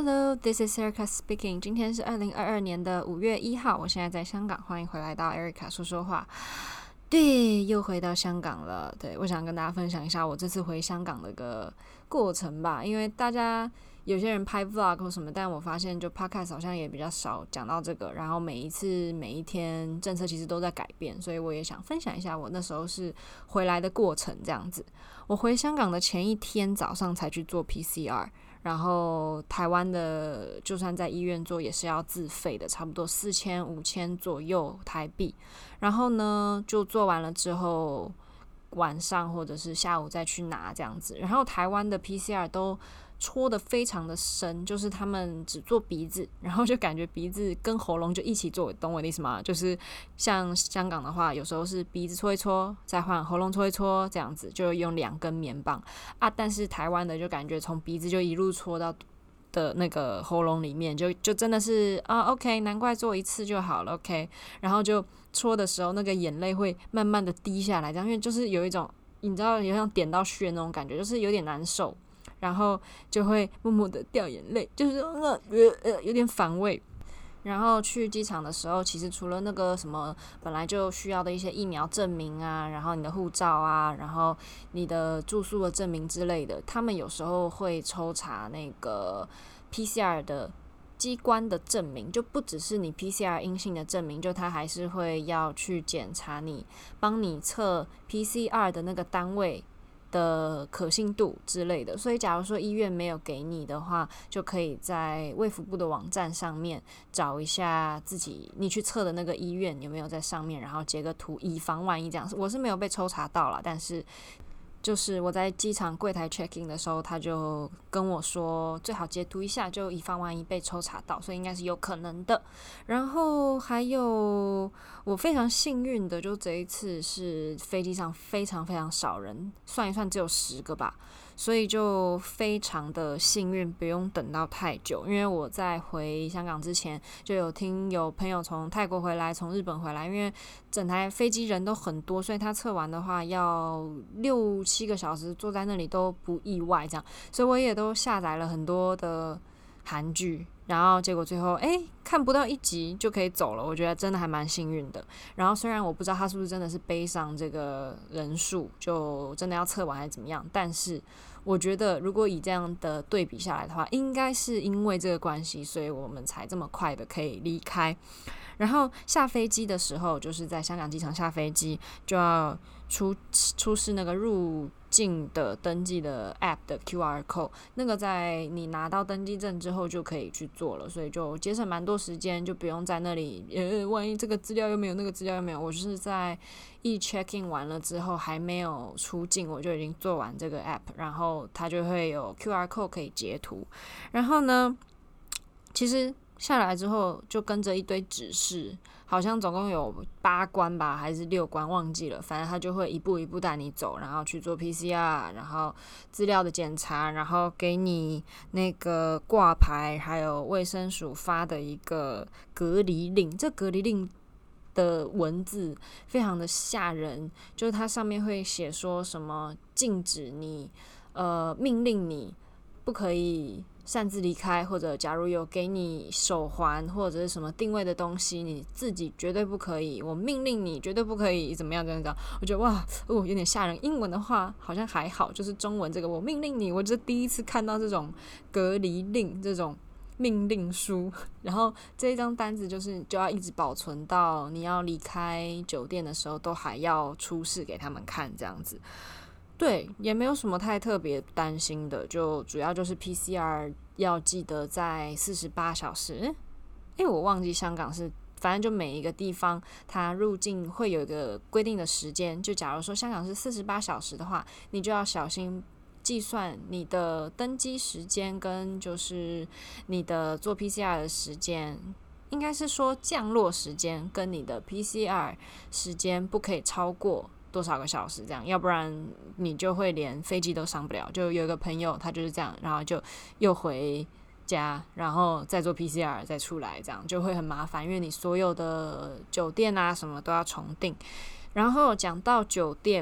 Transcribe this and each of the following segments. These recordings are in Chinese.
Hello, this is Erica speaking. 今天是2022年的5月1号，我现在在香港，欢迎回来到 Erica 说说话。对，又回到香港了。对，我想跟大家分享一下我这次回香港的一个过程吧，因为大家有些人拍 vlog 或什么，但我发现就 podcast 好像也比较少讲到这个，然后每一天政策其实都在改变，所以我也想分享一下我那时候是回来的过程这样子。我回香港的前一天早上才去做 PCR，然后台湾的就算在医院做也是要自费的，差不多4000、5000左右台币。然后呢，就做完了之后，晚上或者是下午再去拿这样子。然后台湾的 PCR 都戳得非常的深，就是他们只做鼻子，然后就感觉鼻子跟喉咙就一起做，懂我的意思吗？就是像香港的话，有时候是鼻子搓一搓，再换喉咙搓一搓，这样子就用2根棉棒啊。但是台湾的就感觉从鼻子就一路搓到的那个喉咙里面，就真的是OK， 难怪做一次就好了 OK。然后就搓的时候，那个眼泪会慢慢的滴下来，这样因为就是有一种你知道有像点到穴那种感觉，就是有点难受。然后就会默默的掉眼泪，就是有点反胃。然后去机场的时候，其实除了那个什么本来就需要的一些疫苗证明啊，然后你的护照啊，然后你的住宿的证明之类的，他们有时候会抽查那个 PCR 的机关的证明，就不只是你 PCR 阴性的证明，就他还是会要去检查你帮你测 PCR 的那个单位的可信度之类的，所以假如说医院没有给你的话，就可以在卫福部的网站上面找一下自己你去测的那个医院有没有在上面，然后截个图，以防万一这样。我是没有被抽查到啦，但是就是我在机场柜台 check in 的时候，他就跟我说最好截图一下，就以防万一被抽查到，所以应该是有可能的。然后还有我非常幸运的，就这一次是飞机上非常非常少人，算一算只有10个吧，所以就非常的幸运，不用等到太久。因为我在回香港之前就有听有朋友从泰国回来，从日本回来，因为整台飞机人都很多，所以他测完的话要6-7个小时坐在那里都不意外这样，所以我也都下载了很多的韩剧，然后结果最后看不到1集就可以走了，我觉得真的还蛮幸运的。然后虽然我不知道他是不是真的是背上这个人数就真的要测完还是怎么样，但是我觉得如果以这样的对比下来的话，应该是因为这个关系，所以我们才这么快的可以离开。然后下飞机的时候，就是在香港机场下飞机就要出示那个入境的登记的 App 的 QR code， 那个在你拿到登机证之后就可以去做了，所以就节省蛮多时间，就不用在那里万一这个资料又没有那个资料又没有。我就是在check in 完了之后还没有出境，我就已经做完这个 App， 然后它就会有 QR code 可以截图。然后呢，其实下来之后就跟着一堆指示，好像总共有8关吧，还是6关，忘记了。反正他就会一步一步带你走，然后去做 PCR， 然后资料的检查，然后给你那个挂牌，还有卫生署发的一个隔离令。这隔离令的文字非常的吓人，就是它上面会写说什么禁止你命令你不可以擅自离开，或者假如有给你手环或者是什么定位的东西，你自己绝对不可以，我命令你绝对不可以怎么样怎么样。我觉得哇有点吓人。英文的话好像还好，就是中文这个我命令你，我这第一次看到这种隔离令，这种命令书。然后这一张单子就要一直保存到你要离开酒店的时候，都还要出示给他们看这样子。对，也没有什么太特别担心的，就主要就是 PCR 要记得在48小时。我忘记香港是，反正就每一个地方它入境会有一个规定的时间，就假如说香港是48小时的话，你就要小心计算你的登机时间跟就是你的做 PCR 的时间，应该是说降落时间跟你的 PCR 时间不可以超过多少个小时这样，要不然你就会连飞机都上不了。就有一个朋友他就是这样，然后就又回家，然后再做 PCR 再出来，这样就会很麻烦，因为你所有的酒店啊什么都要重订。然后讲到酒店，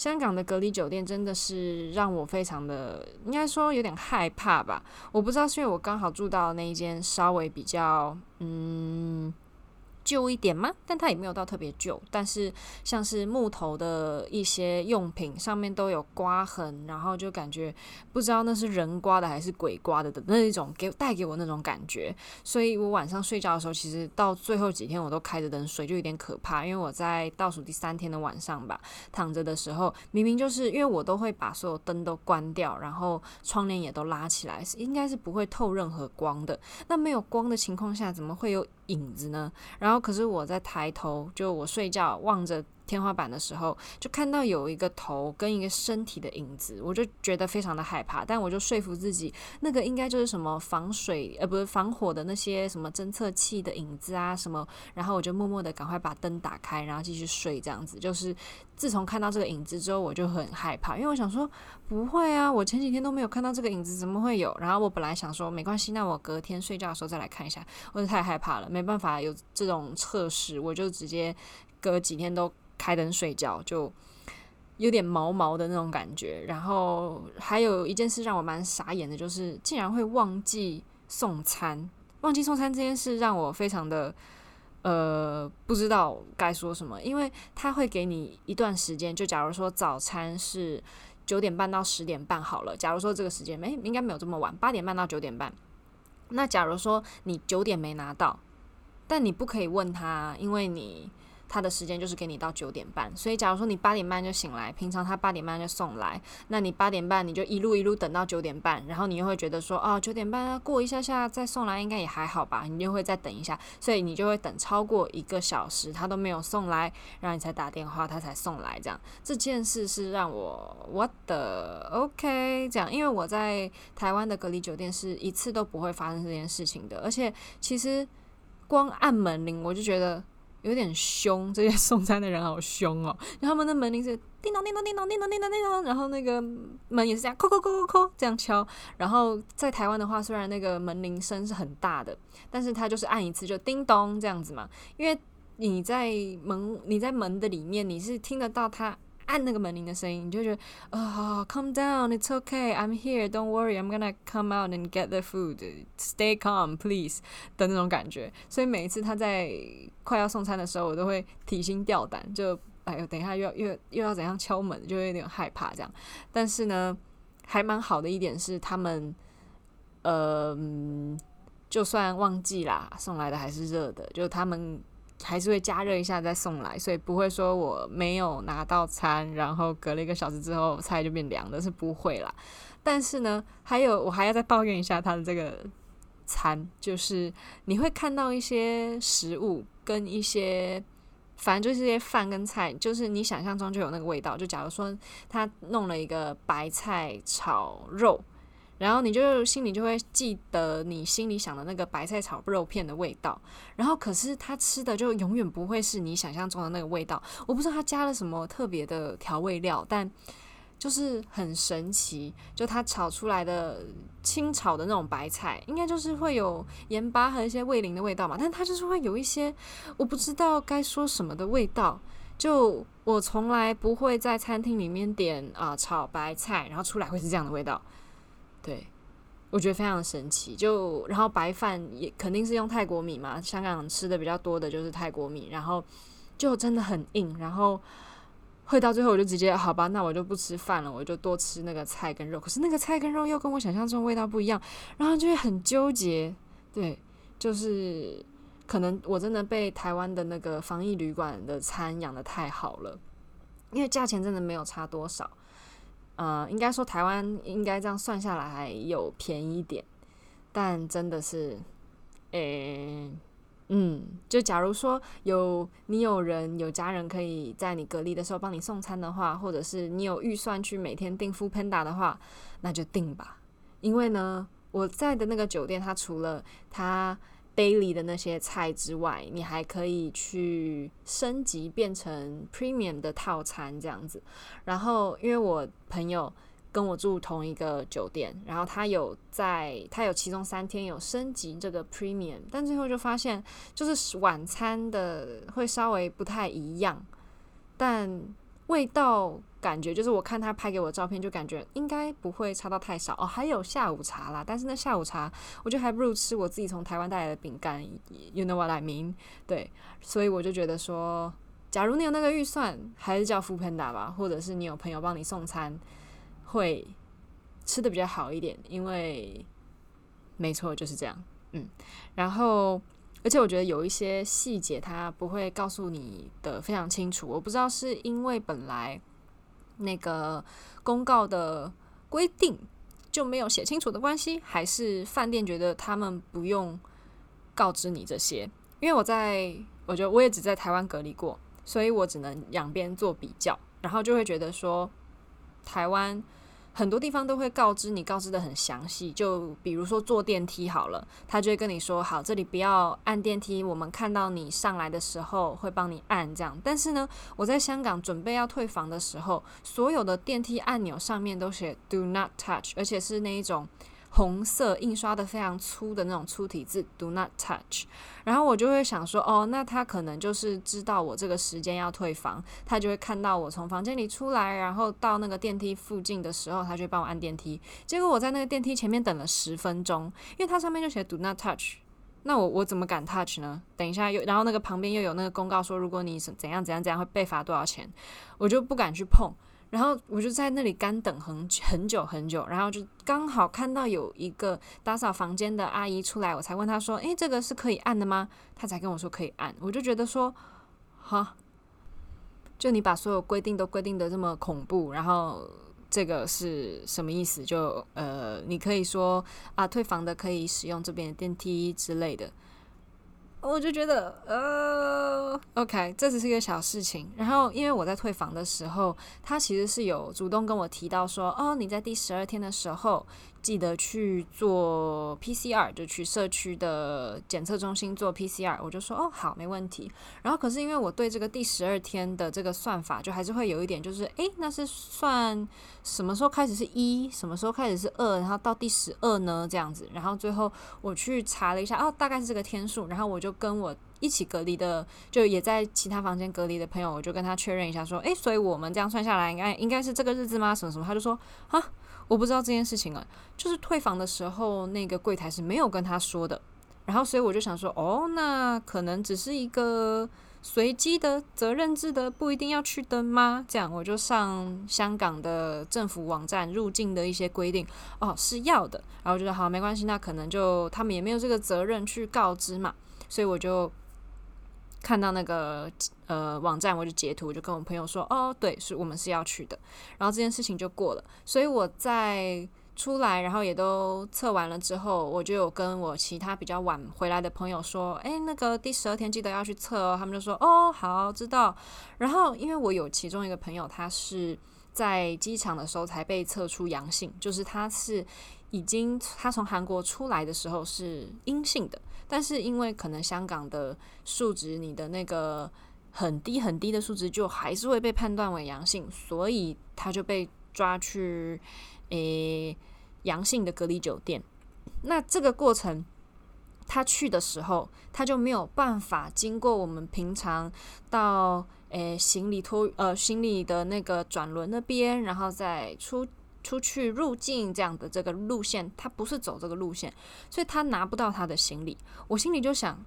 香港的隔离酒店真的是让我非常的，应该说有点害怕吧。我不知道是因为我刚好住到的那一间稍微比较旧一点吗？但它也没有到特别旧，但是像是木头的一些用品上面都有刮痕，然后就感觉不知道那是人刮的还是鬼刮的那一种，带给我那种感觉。所以我晚上睡觉的时候，其实到最后几天我都开着灯睡，就有点可怕。因为我在倒数第3天的晚上吧，躺着的时候，明明就是因为我都会把所有灯都关掉，然后窗帘也都拉起来，应该是不会透任何光的。那没有光的情况下，怎么会有影子呢？然后可是我在抬头，就我睡觉望着天花板的时候，就看到有一个头跟一个身体的影子，我就觉得非常的害怕。但我就说服自己，那个应该就是什么防水不是防火的那些什么侦测器的影子啊什么，然后我就默默的赶快把灯打开，然后继续睡。这样子就是自从看到这个影子之后，我就很害怕，因为我想说不会啊，我前几天都没有看到这个影子，怎么会有？然后我本来想说没关系，那我隔天睡觉的时候再来看一下，我就太害怕了，没办法有这种测试，我就直接隔几天都开灯睡觉，就有点毛毛的那种感觉。然后还有一件事让我蛮傻眼的，就是竟然会忘记送餐。忘记送餐这件事让我非常的不知道该说什么，因为他会给你一段时间，就假如说早餐是9点半到10点半好了，假如说这个时间应该没有这么晚，8点半到9点半。那假如说你9点没拿到，但你不可以问他，因为他的时间就是给你到9点半，所以假如说你8点半就醒来，平常他8点半就送来，那你8点半你就一路等到9点半，然后你又会觉得说9点半过一下下再送来应该也还好吧，你就会再等一下，所以你就会等超过1个小时他都没有送来，然后你才打电话他才送来。这件事是让我 what the OK 这样，因为我在台湾的隔离酒店是一次都不会发生这件事情的，而且其实光按门铃我就觉得有点凶，这些送餐的人好凶哦！然后他们的门铃是叮咚叮咚叮咚叮咚叮咚叮咚，然后那个门也是这样扣扣扣扣扣这样敲。然后在台湾的话，虽然那个门铃声是很大的，但是它就是按一次就叮咚这样子嘛。因为你在门的里面，你是听得到它按那个门铃的声音，你就觉得calm down, it's okay, I'm here, don't worry, I'm gonna come out and get the food, stay calm, please 的那种感觉。所以每一次他在快要送餐的时候，我都会提心吊胆，就等一下又要怎样敲门，就会有点害怕这样。但是呢，还蛮好的一点是他们就算忘记啦，送来的还是热的，就他们还是会加热一下再送来，所以不会说我没有拿到餐，然后隔了1个小时之后菜就变凉的，是不会啦。但是呢，我还要再抱怨一下他的这个餐，就是你会看到一些食物跟一些反正就是一些饭跟菜，就是你想象中就有那个味道。就假如说他弄了一个白菜炒肉，然后你就心里就会记得你心里想的那个白菜炒肉片的味道，然后可是他吃的就永远不会是你想象中的那个味道。我不知道他加了什么特别的调味料，但就是很神奇，就他炒出来的清炒的那种白菜，应该就是会有盐巴和一些味淋的味道嘛，但它就是会有一些我不知道该说什么的味道。就我从来不会在餐厅里面点炒白菜，然后出来会是这样的味道。对，我觉得非常的神奇。然后白饭也肯定是用泰国米嘛，香港吃的比较多的就是泰国米，然后就真的很硬，然后会到最后我就直接好吧，那我就不吃饭了，我就多吃那个菜跟肉。可是那个菜跟肉又跟我想象中的味道不一样，然后就会很纠结。对，就是可能我真的被台湾的那个防疫旅馆的餐养得太好了，因为价钱真的没有差多少。应该说台湾应该这样算下来还有便宜一点，但真的是，就假如说你有家人可以在你隔离的时候帮你送餐的话，或者是你有预算去每天订 Foodpanda 的话，那就订吧。因为呢，我在的那个酒店，它除了它daily 的那些菜之外，你还可以去升级变成 premium 的套餐这样子。然后因为我朋友跟我住同一个酒店，然后他有其中3天有升级这个 premium， 但最后就发现就是晚餐的会稍微不太一样，但味道感觉就是我看他拍给我的照片，就感觉应该不会差到太少哦。还有下午茶啦，但是那下午茶我觉得还不如吃我自己从台湾带来的饼干 ，You know what I mean？ 对，所以我就觉得说，假如你有那个预算，还是叫 Foodpanda 吧，或者是你有朋友帮你送餐，会吃的比较好一点，因为没错就是这样，然后而且我觉得有一些细节它不会告诉你的非常清楚，我不知道是因为本来那个公告的规定就没有写清楚的关系，还是饭店觉得他们不用告知你这些。因为我觉得我也只在台湾隔离过，所以我只能两边做比较，然后就会觉得说台湾很多地方都会告知你，告知的很详细。就比如说坐电梯好了，他就会跟你说，好，这里不要按电梯，我们看到你上来的时候会帮你按这样。但是呢，我在香港准备要退房的时候，所有的电梯按钮上面都写 Do not touch， 而且是那一种红色印刷的非常粗的那种粗体字 Do not touch。 然后我就会想说，哦，那他可能就是知道我这个时间要退房，他就会看到我从房间里出来，然后到那个电梯附近的时候，他就会帮我按电梯。结果我在那个电梯前面等了10分钟，因为它上面就写 Do not touch， 那我怎么敢 touch 呢？等一下然后那个旁边又有那个公告说，如果你怎样怎样怎样会被罚多少钱，我就不敢去碰。然后我就在那里干等很久很久，然后就刚好看到有一个打扫房间的阿姨出来，我才问她说，诶，这个是可以按的吗？她才跟我说可以按。我就觉得说，哈，就你把所有规定都规定的这么恐怖，然后这个是什么意思？就你可以说啊，退房的可以使用这边的电梯之类的。我就觉得OK， 这只是一个小事情。然后因为我在退房的时候，他其实是有主动跟我提到说，哦，你在第12天的时候记得去做 PCR， 就去社区的检测中心做 PCR。我就说哦好，没问题。然后可是因为我对这个第12天的这个算法，就还是会有一点就是，那是算什么时候开始是1，什么时候开始是2，然后到第12呢这样子。然后最后我去查了一下，大概是这个天数，然后我就跟我一起隔离的，就也在其他房间隔离的朋友，我就跟他确认一下说，所以我们这样算下来应该是这个日子吗？什么什么？他就说啊，我不知道这件事情了，就是退房的时候那个柜台是没有跟他说的。然后所以我就想说，那可能只是一个随机的责任制的，不一定要去的吗？这样我就上香港的政府网站入境的一些规定，是要的。然后我觉得好，没关系，那可能就他们也没有这个责任去告知嘛，所以我就看到那个网站，我就截图，我就跟我朋友说，对，是我们是要去的，然后这件事情就过了。所以我在出来，然后也都测完了之后，我就有跟我其他比较晚回来的朋友说，那个第12天记得要去测哦。他们就说，好，知道。然后因为我有其中一个朋友，他是在机场的时候才被测出阳性，就是他从韩国出来的时候是阴性的，但是因为可能香港的数值，你的那个很低很低的数值就还是会被判断为阳性，所以他就被抓去阳性的隔离酒店。那这个过程他去的时候，他就没有办法经过我们平常到行李的那个转轮那边，然后再出去入境这样的这个路线，他不是走这个路线，所以他拿不到他的行李。我心里就想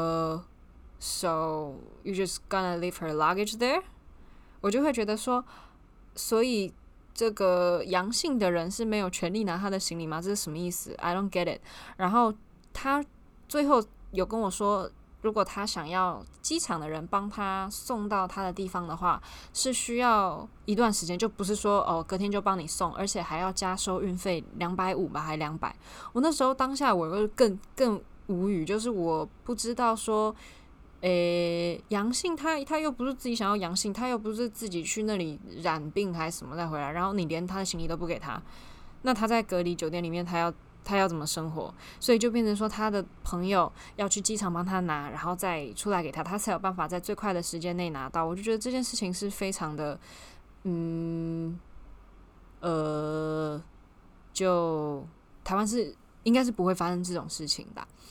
So you just gonna leave her luggage there？ 我就会觉得说，所以这个阳性的人是没有权利拿他的行李吗？这是什么意思？ I don't get it。 然后他最后有跟我说，如果他想要机场的人帮他送到他的地方的话，是需要一段时间，就不是说隔天就帮你送，而且还要加收运费250吧，还200。我那时候当下我就更无语，就是我不知道说阳性他又不是自己想要阳性，他又不是自己去那里染病还是什么再回来，然后你连他的行李都不给他，那他在隔离酒店里面他要怎么生活？所以就变成说他的朋友要去机场帮他拿，然后再出来给他才有办法在最快的时间内拿到。我就觉得这件事情是非常的就台湾是应该是不会发生这种事情的。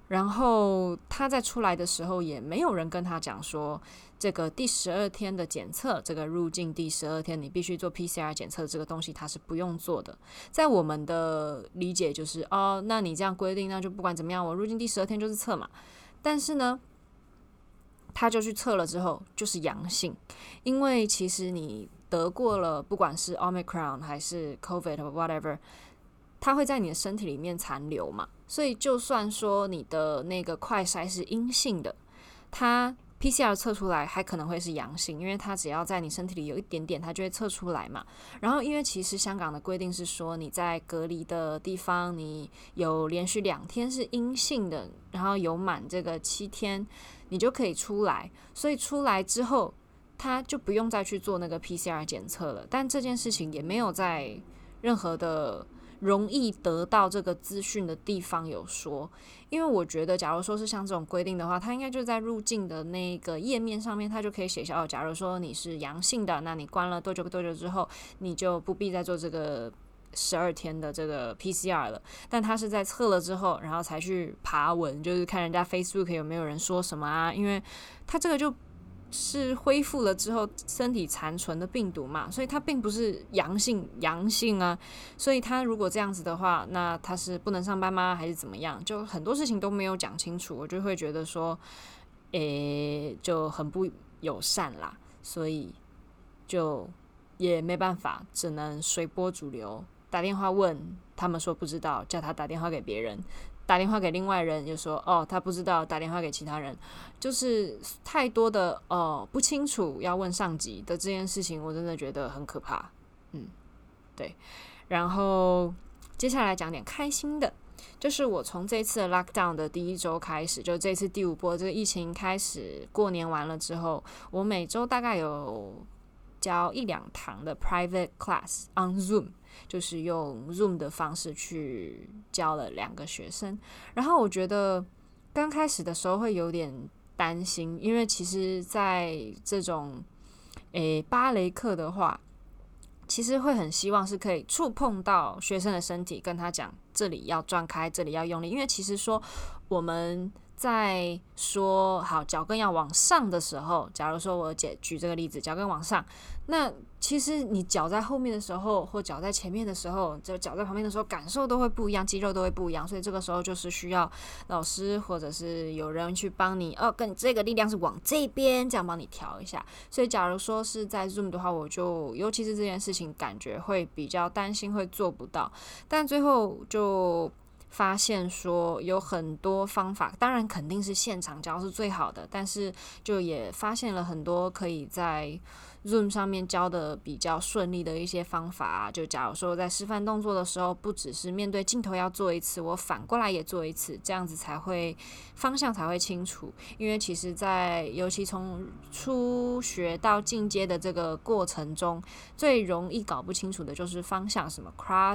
然后他在出来的时候也没有人跟他讲说这个第12天的检测，这个入境第12天你必须做 PCR 检测这个东西他是不用做的。在我们的理解就是那你这样规定，那就不管怎么样我入境第12天就是测嘛。但是呢他就去测了之后就是阳性，因为其实你得过了不管是 Omicron 还是 COVID or whatever， 它会在你的身体里面残留嘛，所以就算说你的那个快筛是阴性的，它 PCR 测出来还可能会是阳性，因为它只要在你身体里有一点点它就会测出来嘛。然后因为其实香港的规定是说你在隔离的地方你有连续2天是阴性的，然后有满这个7天你就可以出来，所以出来之后他就不用再去做那个 PCR 检测了。但这件事情也没有在任何的容易得到这个资讯的地方有说，因为我觉得假如说是像这种规定的话，它应该就在入境的那个页面上面它就可以写下假如说你是阳性的，那你关了多久之后你就不必再做这个12天的这个 PCR 了。但他是在测了之后然后才去爬文，就是看人家 Facebook 有没有人说什么啊，因为他这个就是恢复了之后身体残存的病毒嘛，所以它并不是阳性啊，所以他如果这样子的话，那他是不能上班吗还是怎么样，就很多事情都没有讲清楚，我就会觉得说就很不友善啦，所以就也没办法，只能随波逐流，打电话问他们说不知道，叫他打电话给别人，打电话给另外人就说他不知道，打电话给其他人，就是太多的不清楚要问上级的这件事情，我真的觉得很可怕。对。然后接下来讲点开心的，就是我从这次的 lockdown 的第1周开始，就这次第5波这个疫情开始，过年完了之后，我每周大概有教1-2堂的 private class on Zoom， 就是用 Zoom 的方式去教了2个学生。然后我觉得刚开始的时候会有点担心，因为其实在这种芭蕾课的话，其实会很希望是可以触碰到学生的身体，跟他讲这里要转开，这里要用力。因为其实说我们在说好脚跟要往上的时候，假如说我举这个例子，脚跟往上，那其实你脚在后面的时候或脚在前面的时候，就脚在旁边的时候感受都会不一样，肌肉都会不一样，所以这个时候就是需要老师或者是有人去帮你跟你这个力量是往这边，这样帮你调一下。所以假如说是在 Zoom 的话，我就尤其是这件事情感觉会比较担心会做不到，但最后就发现说有很多方法，当然肯定是现场教是最好的，但是就也发现了很多可以在 Zoom 上面教的比较顺利的一些方法啊。就假如说在示范动作的时候，不只是面对镜头要做一次，我反过来也做一次，这样子才会方向才会清楚。因为其实在尤其从初学到进阶的这个过程中，最容易搞不清楚的就是方向，什么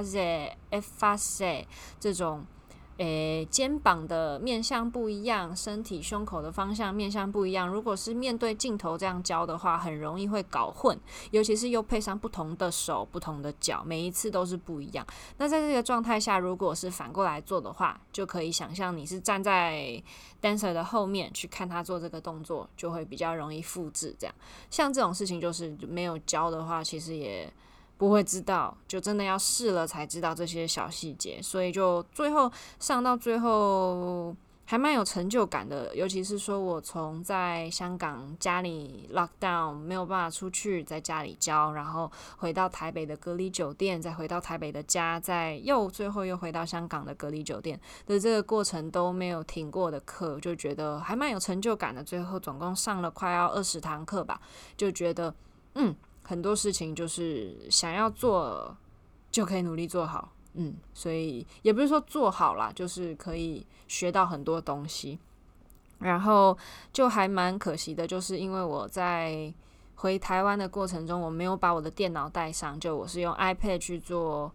croisé、efface 这种肩膀的面向不一样，身体胸口的方向面向不一样，如果是面对镜头这样教的话，很容易会搞混，尤其是又配上不同的手不同的脚，每一次都是不一样。那在这个状态下，如果是反过来做的话，就可以想象你是站在 dancer 的后面去看他做这个动作，就会比较容易复制。这样像这种事情就是没有教的话，其实也不会知道，就真的要试了才知道这些小细节，所以就最后上到最后还蛮有成就感的。尤其是说我从在香港家里 lockdown 没有办法出去，在家里教，然后回到台北的隔离酒店，再回到台北的家，最后又回到香港的隔离酒店的这个过程都没有停过的课，就觉得还蛮有成就感的。最后总共上了快要20堂课吧，就觉得很多事情就是想要做就可以努力做好，所以也不是说做好啦，就是可以学到很多东西。然后就还蛮可惜的，就是因为我在回台湾的过程中，我没有把我的电脑带上，就我是用 iPad 去做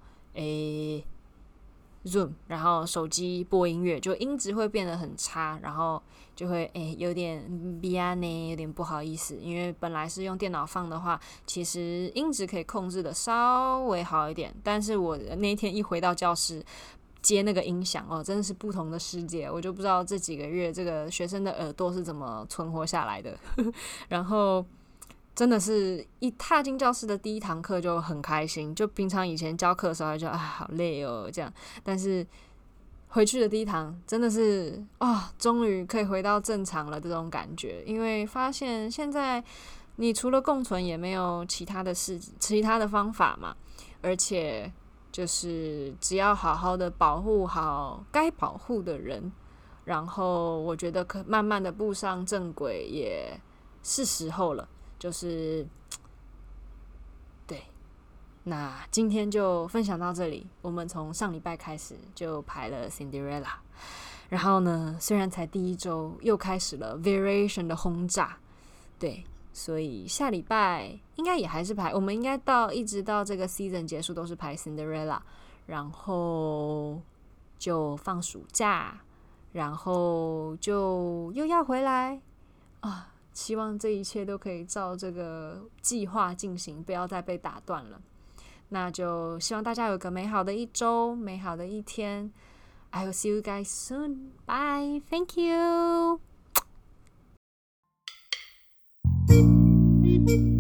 Zoom， 然后手机播音乐，就音质会变得很差，然后就会有点有点不好意思，因为本来是用电脑放的话，其实音质可以控制的稍微好一点，但是我那天一回到教室， 接那个音响哦，真的是不同的世界。我就不知道这几个月这个学生的耳朵是怎么存活下来的。然后真的是一踏进教室的第一堂课就很开心，就平常以前教课的时候就好累哦这样，但是回去的第一堂真的是终于可以回到正常了这种感觉，因为发现现在你除了共存也没有其他的方法嘛，而且就是只要好好的保护好该保护的人，然后我觉得可慢慢的步上正轨也是时候了，就是对。那今天就分享到这里，我们从上礼拜开始就排了 Cinderella， 然后呢虽然才第一周又开始了 Variation 的轰炸，对，所以下礼拜应该也还是排，我们应该一直到这个 season 结束都是排 Cinderella， 然后就放暑假，然后就又要回来希望这一切都可以照这个计划进行，不要再被打断了。那就希望大家有个美好的一周，美好的一天。I will see you guys soon. Bye. Thank you.